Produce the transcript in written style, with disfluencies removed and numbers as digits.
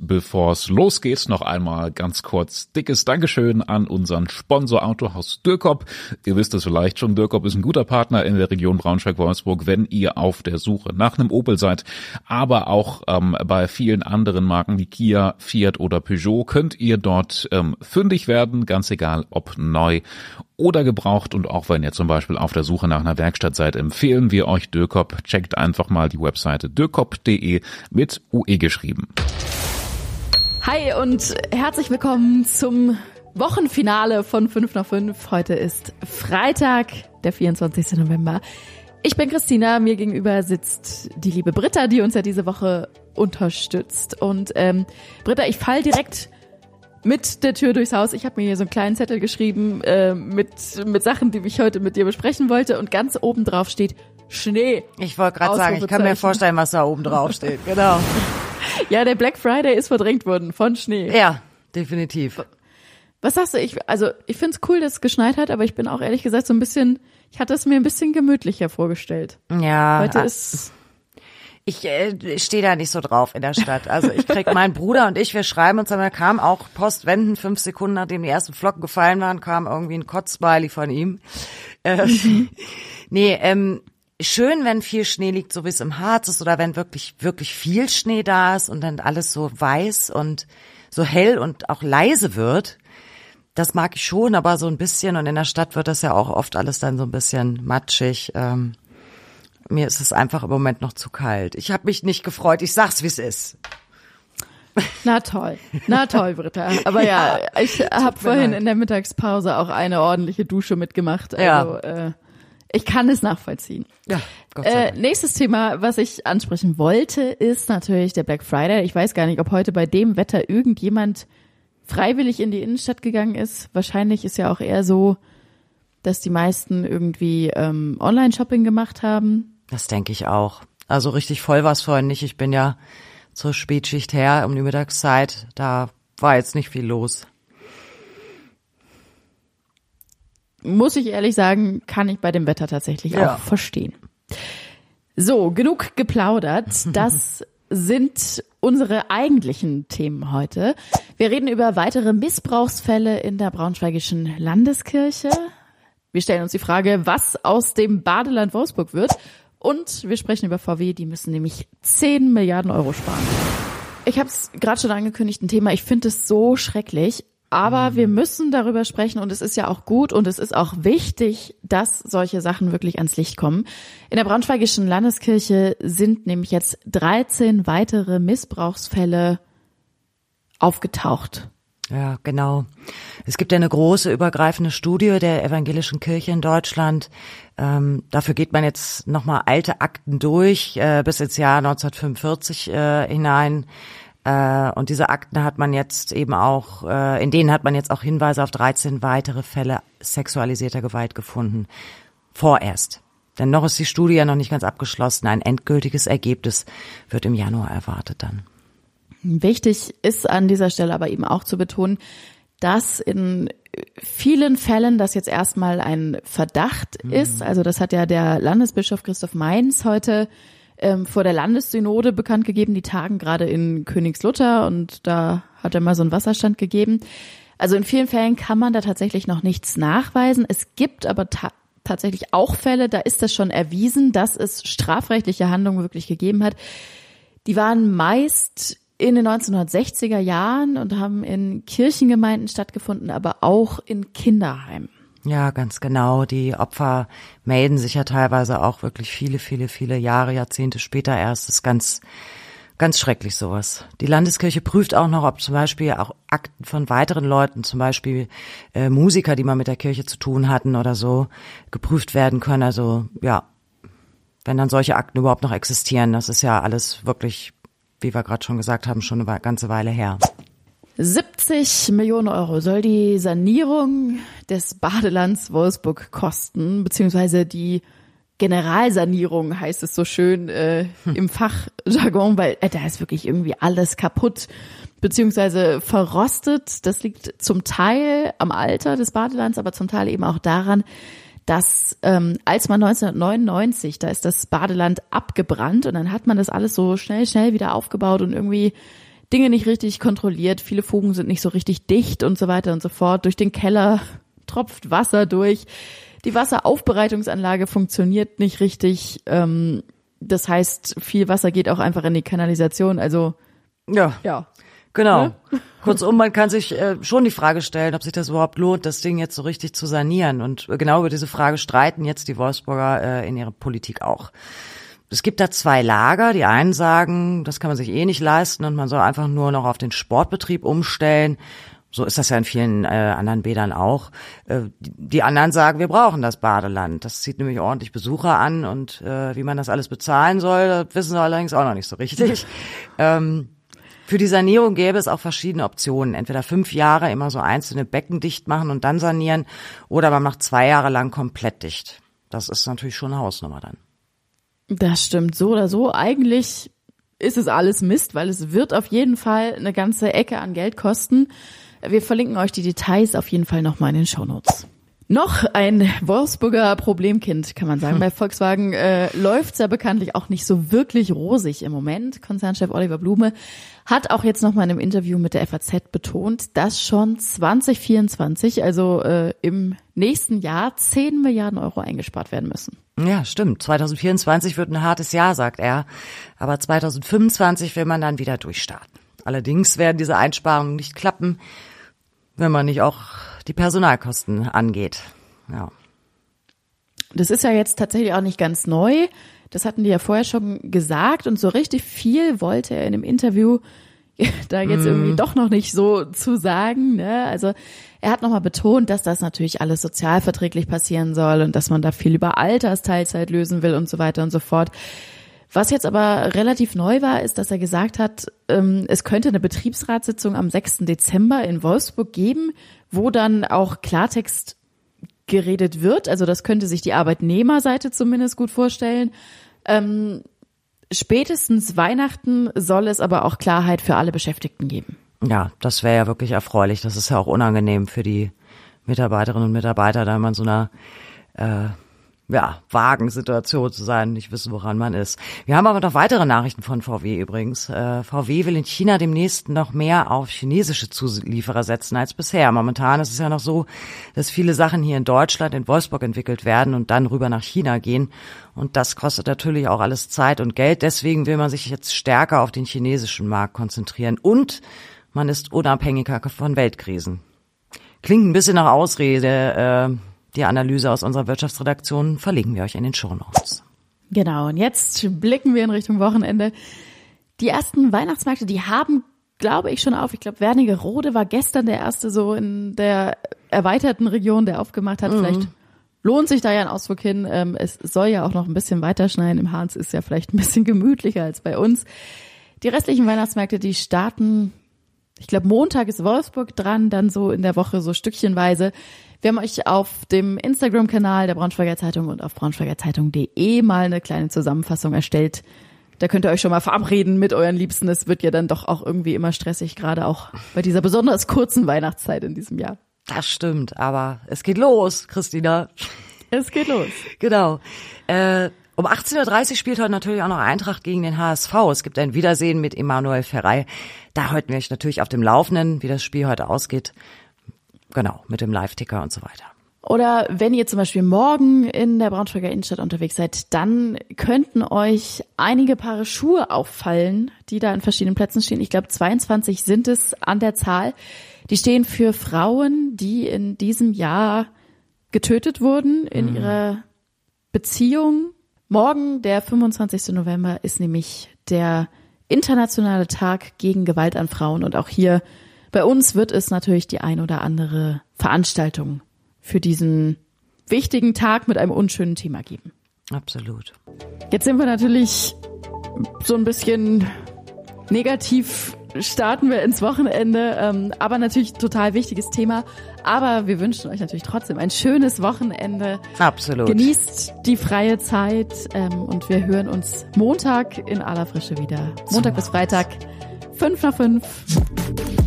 bevor es losgeht, noch einmal ganz kurz dickes Dankeschön an unseren Sponsor Autohaus Dürkop. Ihr wisst es vielleicht schon, Dürkop ist ein guter Partner in der Region Braunschweig-Wolfsburg, wenn ihr auf der Suche nach einem Opel seid, aber auch bei vielen anderen Marken wie Kia, Fiat oder Peugeot könnt ihr dort fündig werden, ganz egal ob neu oder gebraucht. Und auch wenn ihr zum Beispiel auf der Suche nach einer Werkstatt seid, empfehlen wir euch Dürkop. Checkt einfach mal die Webseite dürkop.de mit UE geschrieben. Hi und herzlich willkommen zum Wochenfinale von 5 nach 5. Heute ist Freitag, der 24. November. Ich bin Christina, mir gegenüber sitzt die liebe Britta, die uns ja diese Woche unterstützt. Und Britta, ich fall direkt mit der Tür durchs Haus. Ich habe mir hier so einen kleinen Zettel geschrieben mit Sachen, die ich heute mit dir besprechen wollte. Und ganz oben drauf steht Schnee. Ich wollte gerade sagen, ich kann mir vorstellen, was da oben drauf steht. Genau. Ja, der Black Friday ist verdrängt worden von Schnee. Ja, definitiv. Was sagst du? Ich finde es cool, dass es geschneit hat, aber ich bin auch ehrlich gesagt so ein bisschen, ich hatte es mir ein bisschen gemütlicher vorgestellt. Ja. Heute ist... Ich stehe da nicht so drauf in der Stadt. Also ich krieg, mein Bruder und ich, wir schreiben uns, da kam auch postwendend 5 Sekunden, nachdem die ersten Flocken gefallen waren, kam irgendwie ein Kotzsmiley von ihm. Schön, wenn viel Schnee liegt, so wie es im Harz ist, oder wenn wirklich, wirklich viel Schnee da ist und dann alles so weiß und so hell und auch leise wird. Das mag ich schon, aber so ein bisschen, und in der Stadt wird das ja auch oft alles dann so ein bisschen matschig. Mir ist es einfach im Moment noch zu kalt. Ich habe mich nicht gefreut. Ich sag's, wie es ist. Na toll, Britta. Aber ja, ich habe vorhin in der Mittagspause auch eine ordentliche Dusche mitgemacht. Also ich kann es nachvollziehen. Ja, Gott sei Dank. Nächstes Thema, was ich ansprechen wollte, ist natürlich der Black Friday. Ich weiß gar nicht, ob heute bei dem Wetter irgendjemand freiwillig in die Innenstadt gegangen ist. Wahrscheinlich ist ja auch eher so, dass die meisten irgendwie Online-Shopping gemacht haben. Das denke ich auch. Also richtig voll war es vorhin nicht. Ich bin ja zur Spätschicht her um die Mittagszeit. Da war jetzt nicht viel los. Muss ich ehrlich sagen, kann ich bei dem Wetter tatsächlich auch verstehen. So, genug geplaudert. Das sind unsere eigentlichen Themen heute. Wir reden über weitere Missbrauchsfälle in der Braunschweigischen Landeskirche. Wir stellen uns die Frage, was aus dem Badeland Wolfsburg wird. Und wir sprechen über VW, die müssen nämlich 10 Milliarden Euro sparen. Ich habe es gerade schon angekündigt, ein Thema, ich finde es so schrecklich, aber wir müssen darüber sprechen und es ist ja auch gut und es ist auch wichtig, dass solche Sachen wirklich ans Licht kommen. In der Braunschweigischen Landeskirche sind nämlich jetzt 13 weitere Missbrauchsfälle aufgetaucht. Ja, genau. Es gibt ja eine große übergreifende Studie der evangelischen Kirche in Deutschland. Dafür geht man jetzt nochmal alte Akten durch, bis ins Jahr 1945 hinein. Und diese Akten hat man jetzt eben auch, in denen hat man jetzt auch Hinweise auf 13 weitere Fälle sexualisierter Gewalt gefunden. Vorerst. Denn noch ist die Studie ja noch nicht ganz abgeschlossen. Ein endgültiges Ergebnis wird im Januar erwartet dann. Wichtig ist an dieser Stelle aber eben auch zu betonen, dass in vielen Fällen das jetzt erstmal ein Verdacht ist. Also das hat ja der Landesbischof Christoph Mainz heute vor der Landessynode bekannt gegeben. Die tagen gerade in Königslutter und da hat er mal so einen Wasserstand gegeben. Also in vielen Fällen kann man da tatsächlich noch nichts nachweisen. Es gibt aber tatsächlich auch Fälle, da ist das schon erwiesen, dass es strafrechtliche Handlungen wirklich gegeben hat. Die waren meist in den 1960er Jahren und haben in Kirchengemeinden stattgefunden, aber auch in Kinderheimen. Ja, ganz genau. Die Opfer melden sich ja teilweise auch wirklich viele Jahre, Jahrzehnte später erst. Das ist ganz, ganz schrecklich sowas. Die Landeskirche prüft auch noch, ob zum Beispiel auch Akten von weiteren Leuten, zum Beispiel Musiker, die mal mit der Kirche zu tun hatten oder so, geprüft werden können. Also ja, wenn dann solche Akten überhaupt noch existieren, das ist ja alles wirklich, wie wir gerade schon gesagt haben, schon eine ganze Weile her. 70 Millionen Euro soll die Sanierung des Badelands Wolfsburg kosten, beziehungsweise die Generalsanierung heißt es so schön im Fachjargon, weil da ist wirklich irgendwie alles kaputt, beziehungsweise verrostet. Das liegt zum Teil am Alter des Badelands, aber zum Teil eben auch daran, dass als man 1999, da ist das Badeland abgebrannt und dann hat man das alles so schnell wieder aufgebaut und irgendwie Dinge nicht richtig kontrolliert, viele Fugen sind nicht so richtig dicht und so weiter und so fort. Durch den Keller tropft Wasser durch. Die Wasseraufbereitungsanlage funktioniert nicht richtig. Das heißt, viel Wasser geht auch einfach in die Kanalisation. Also ja. Genau. Ne? Kurzum, man kann sich schon die Frage stellen, ob sich das überhaupt lohnt, das Ding jetzt so richtig zu sanieren. Und genau über diese Frage streiten jetzt die Wolfsburger in ihrer Politik auch. Es gibt da zwei Lager. Die einen sagen, das kann man sich eh nicht leisten und man soll einfach nur noch auf den Sportbetrieb umstellen. So ist das ja in vielen anderen Bädern auch. Die anderen sagen, wir brauchen das Badeland. Das zieht nämlich ordentlich Besucher an und wie man das alles bezahlen soll, das wissen sie allerdings auch noch nicht so richtig. Für die Sanierung gäbe es auch verschiedene Optionen. Entweder 5 Jahre immer so einzelne Becken dicht machen und dann sanieren oder man macht 2 Jahre lang komplett dicht. Das ist natürlich schon eine Hausnummer dann. Das stimmt, so oder so. Eigentlich ist es alles Mist, weil es wird auf jeden Fall eine ganze Ecke an Geld kosten. Wir verlinken euch die Details auf jeden Fall nochmal in den Shownotes. Noch ein Wolfsburger Problemkind, kann man sagen. Bei Volkswagen läuft's ja bekanntlich auch nicht so wirklich rosig im Moment. Konzernchef Oliver Blume hat auch jetzt nochmal in einem Interview mit der FAZ betont, dass schon 2024, also im nächsten Jahr, 10 Milliarden Euro eingespart werden müssen. Ja, stimmt. 2024 wird ein hartes Jahr, sagt er. Aber 2025 will man dann wieder durchstarten. Allerdings werden diese Einsparungen nicht klappen, wenn man nicht auch die Personalkosten angeht. Ja. Das ist ja jetzt tatsächlich auch nicht ganz neu. Das hatten die ja vorher schon gesagt und so richtig viel wollte er in dem Interview da jetzt irgendwie doch noch nicht so zu sagen, ne? Also er hat nochmal betont, dass das natürlich alles sozialverträglich passieren soll und dass man da viel über Altersteilzeit lösen will und so weiter und so fort. Was jetzt aber relativ neu war, ist, dass er gesagt hat, es könnte eine Betriebsratssitzung am 6. Dezember in Wolfsburg geben, wo dann auch Klartext geredet wird. Also das könnte sich die Arbeitnehmerseite zumindest gut vorstellen. Spätestens Weihnachten soll es aber auch Klarheit für alle Beschäftigten geben. Ja, das wäre ja wirklich erfreulich. Das ist ja auch unangenehm für die Mitarbeiterinnen und Mitarbeiter, da man so einer vagen Situation zu sein, nicht wissen, woran man ist. Wir haben aber noch weitere Nachrichten von VW übrigens. VW will in China demnächst noch mehr auf chinesische Zulieferer setzen als bisher. Momentan ist es ja noch so, dass viele Sachen hier in Deutschland, in Wolfsburg entwickelt werden und dann rüber nach China gehen. Und das kostet natürlich auch alles Zeit und Geld. Deswegen will man sich jetzt stärker auf den chinesischen Markt konzentrieren. Und man ist unabhängiger von Weltkrisen. Klingt ein bisschen nach Ausrede. Die Analyse aus unserer Wirtschaftsredaktion verlinken wir euch in den Shownotes. Genau, und jetzt blicken wir in Richtung Wochenende. Die ersten Weihnachtsmärkte, die haben, glaube ich, schon auf. Ich glaube, Wernigerode war gestern der erste so in der erweiterten Region, der aufgemacht hat. Vielleicht lohnt sich da ja ein Ausflug hin. Es soll ja auch noch ein bisschen weiter schneien. Im Harz ist ja vielleicht ein bisschen gemütlicher als bei uns. Die restlichen Weihnachtsmärkte, die starten, ich glaube, Montag ist Wolfsburg dran, dann so in der Woche so stückchenweise. Wir haben euch auf dem Instagram-Kanal der Braunschweiger Zeitung und auf braunschweigerzeitung.de mal eine kleine Zusammenfassung erstellt. Da könnt ihr euch schon mal verabreden mit euren Liebsten. Es wird ja dann doch auch irgendwie immer stressig, gerade auch bei dieser besonders kurzen Weihnachtszeit in diesem Jahr. Das stimmt, aber es geht los, Christina. Es geht los. Genau. Um 18.30 Uhr spielt heute natürlich auch noch Eintracht gegen den HSV. Es gibt ein Wiedersehen mit Emanuel Ferrei. Da halten wir euch natürlich auf dem Laufenden, wie das Spiel heute ausgeht. Genau, mit dem Live-Ticker und so weiter. Oder wenn ihr zum Beispiel morgen in der Braunschweiger Innenstadt unterwegs seid, dann könnten euch einige Paare Schuhe auffallen, die da an verschiedenen Plätzen stehen. Ich glaube, 22 sind es an der Zahl. Die stehen für Frauen, die in diesem Jahr getötet wurden in ihrer Beziehung. Morgen, der 25. November, ist nämlich der internationale Tag gegen Gewalt an Frauen. Und auch hier bei uns wird es natürlich die ein oder andere Veranstaltung für diesen wichtigen Tag mit einem unschönen Thema geben. Absolut. Jetzt sind wir natürlich so ein bisschen negativ, starten wir ins Wochenende, aber natürlich total wichtiges Thema. Aber wir wünschen euch natürlich trotzdem ein schönes Wochenende. Absolut. Genießt die freie Zeit und wir hören uns Montag in aller Frische wieder. Montag bis Freitag, 5 nach 5.